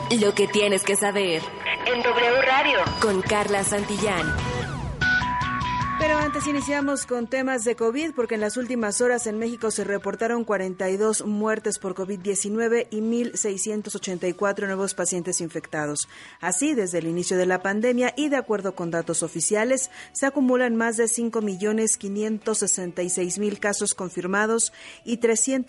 Lo que tienes que saber en W Radio con Carla Santillán. Pero antes iniciamos con temas de COVID, porque en las últimas horas en México se reportaron 42 muertes por COVID-19 y 1,684 nuevos pacientes infectados. Así, desde el inicio de la pandemia y de acuerdo con datos oficiales, se acumulan más de 5.566.000 casos confirmados y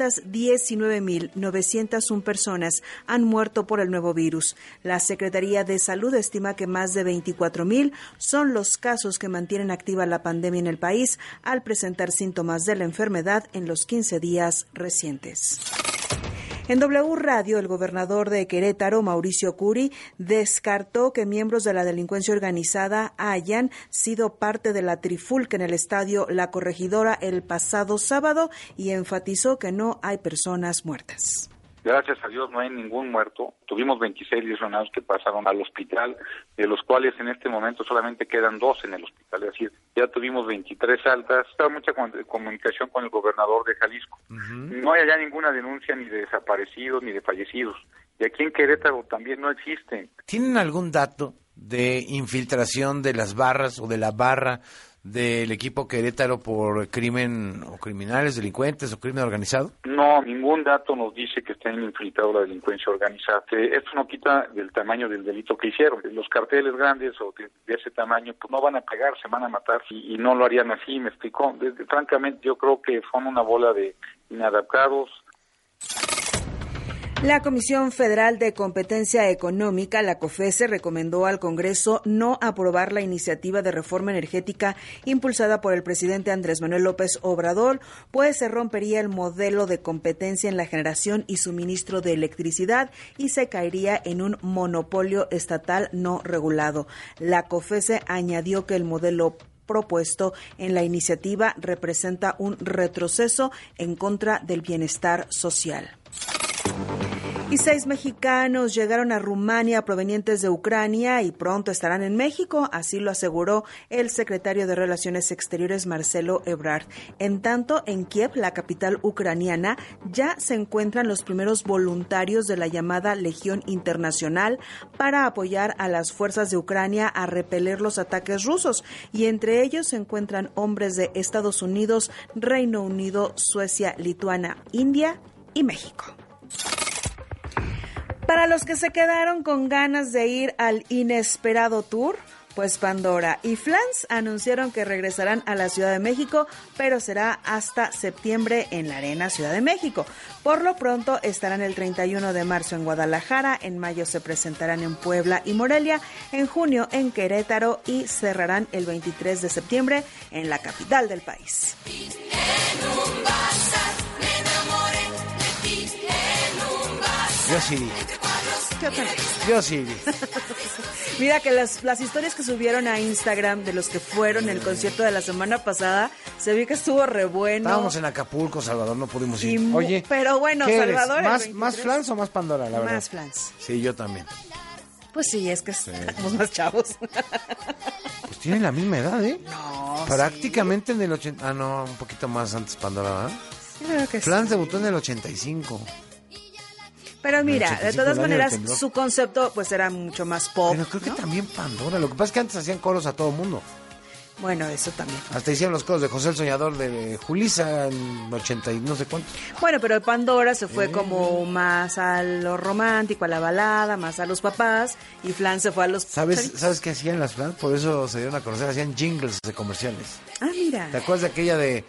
319.901 personas han muerto por el nuevo virus. La Secretaría de Salud estima que más de 24.000 son los casos que mantienen activa la pandemia en el país al presentar síntomas de la enfermedad en los 15 días recientes. En W Radio, el gobernador de Querétaro, Mauricio Curi, descartó que miembros de la delincuencia organizada hayan sido parte de la trifulca en el estadio La Corregidora el pasado sábado y enfatizó que no hay personas muertas. Gracias a Dios no hay ningún muerto. Tuvimos 26 lesionados que pasaron al hospital, de los cuales en este momento solamente quedan 2 en el hospital. Es decir, ya tuvimos 23 altas. Está mucha comunicación con el gobernador de Jalisco. No hay allá ninguna denuncia ni de desaparecidos ni de fallecidos. Y aquí en Querétaro también no existen. ¿Tienen algún dato de infiltración de las barras o de la barra del equipo Querétaro por crimen o criminales, delincuentes o crimen organizado? No, ningún dato nos dice que estén infiltrados la delincuencia organizada. Esto no quita del tamaño del delito que hicieron. Los carteles grandes o de ese tamaño pues no van a pegar, se van a matar y no lo harían así, me explicó. Francamente yo creo que son una bola de inadaptados. La Comisión Federal de Competencia Económica, la COFESE, recomendó al Congreso no aprobar la iniciativa de reforma energética impulsada por el presidente Andrés Manuel López Obrador, pues se rompería el modelo de competencia en la generación y suministro de electricidad y se caería en un monopolio estatal no regulado. La COFESE añadió que el modelo propuesto en la iniciativa representa un retroceso en contra del bienestar social. Y 6 mexicanos llegaron a Rumania provenientes de Ucrania y pronto estarán en México, así lo aseguró el secretario de Relaciones Exteriores Marcelo Ebrard. En tanto, en Kiev, la capital ucraniana, ya se encuentran los primeros voluntarios de la llamada Legión Internacional para apoyar a las fuerzas de Ucrania a repeler los ataques rusos, y entre ellos se encuentran hombres de Estados Unidos, Reino Unido, Suecia, Lituania, India y México. Para los que se quedaron con ganas de ir al inesperado tour, pues Pandora y Flans anunciaron que regresarán a la Ciudad de México, pero será hasta septiembre en la Arena Ciudad de México. Por lo pronto estarán el 31 de marzo en Guadalajara, en mayo se presentarán en Puebla y Morelia, en junio en Querétaro y cerrarán el 23 de septiembre en la capital del país. Yo sí. Yo sí. Mira que las historias que subieron a Instagram de los que fueron el concierto de la semana pasada, se vio que estuvo re bueno. Estábamos en Acapulco, Salvador, no pudimos ir. Oye, pero bueno, Salvador. ¿Más Flans o más Pandora, la verdad? Más Flans. Sí, yo también. Pues sí, es que estamos más chavos. Pues tienen la misma edad, ¿eh? No. Prácticamente sí. En el 80. Ah, no, un poquito más antes Pandora, ¿verdad? Creo que Flans sí. debutó en el 85. Pero mira, de todas maneras, su concepto pues era mucho más pop. Pero creo que también Pandora. Lo que pasa es que antes hacían coros a todo mundo. Bueno, eso también. Hasta hicieron los coros de José el Soñador de Julissa en 80 y no sé cuánto. Bueno, pero Pandora se fue como más a lo romántico, a la balada, más a los papás, y Flan se fue a los... ¿Sabes qué hacían las Flan? Por eso se dieron a conocer, hacían jingles de comerciales. Ah, mira. ¿Te acuerdas de aquella de...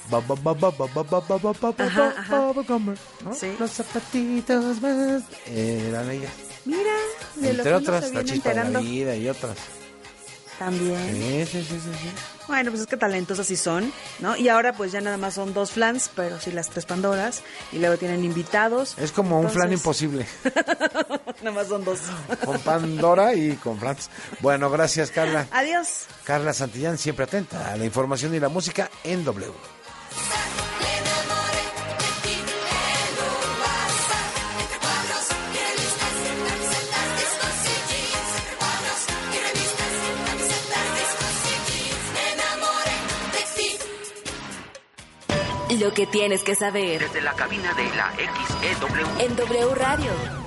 ¿no? Sí. Los zapatitos más eran ellas. Mira, de entre otras, La Chispa de la Vida y otras. También. Sí. Bueno, pues es que talentosas sí son, ¿no? Y ahora pues ya nada más son 2 Flans, pero sí las 3 Pandoras, y luego tienen invitados. Es como un flan imposible. Nada más son 2. Con Pandora y con Flans. Bueno, gracias, Carla. Adiós. Carla Santillán, siempre atenta a la información y la música en W. Lo que tienes que saber desde la cabina de la XEW en W Radio.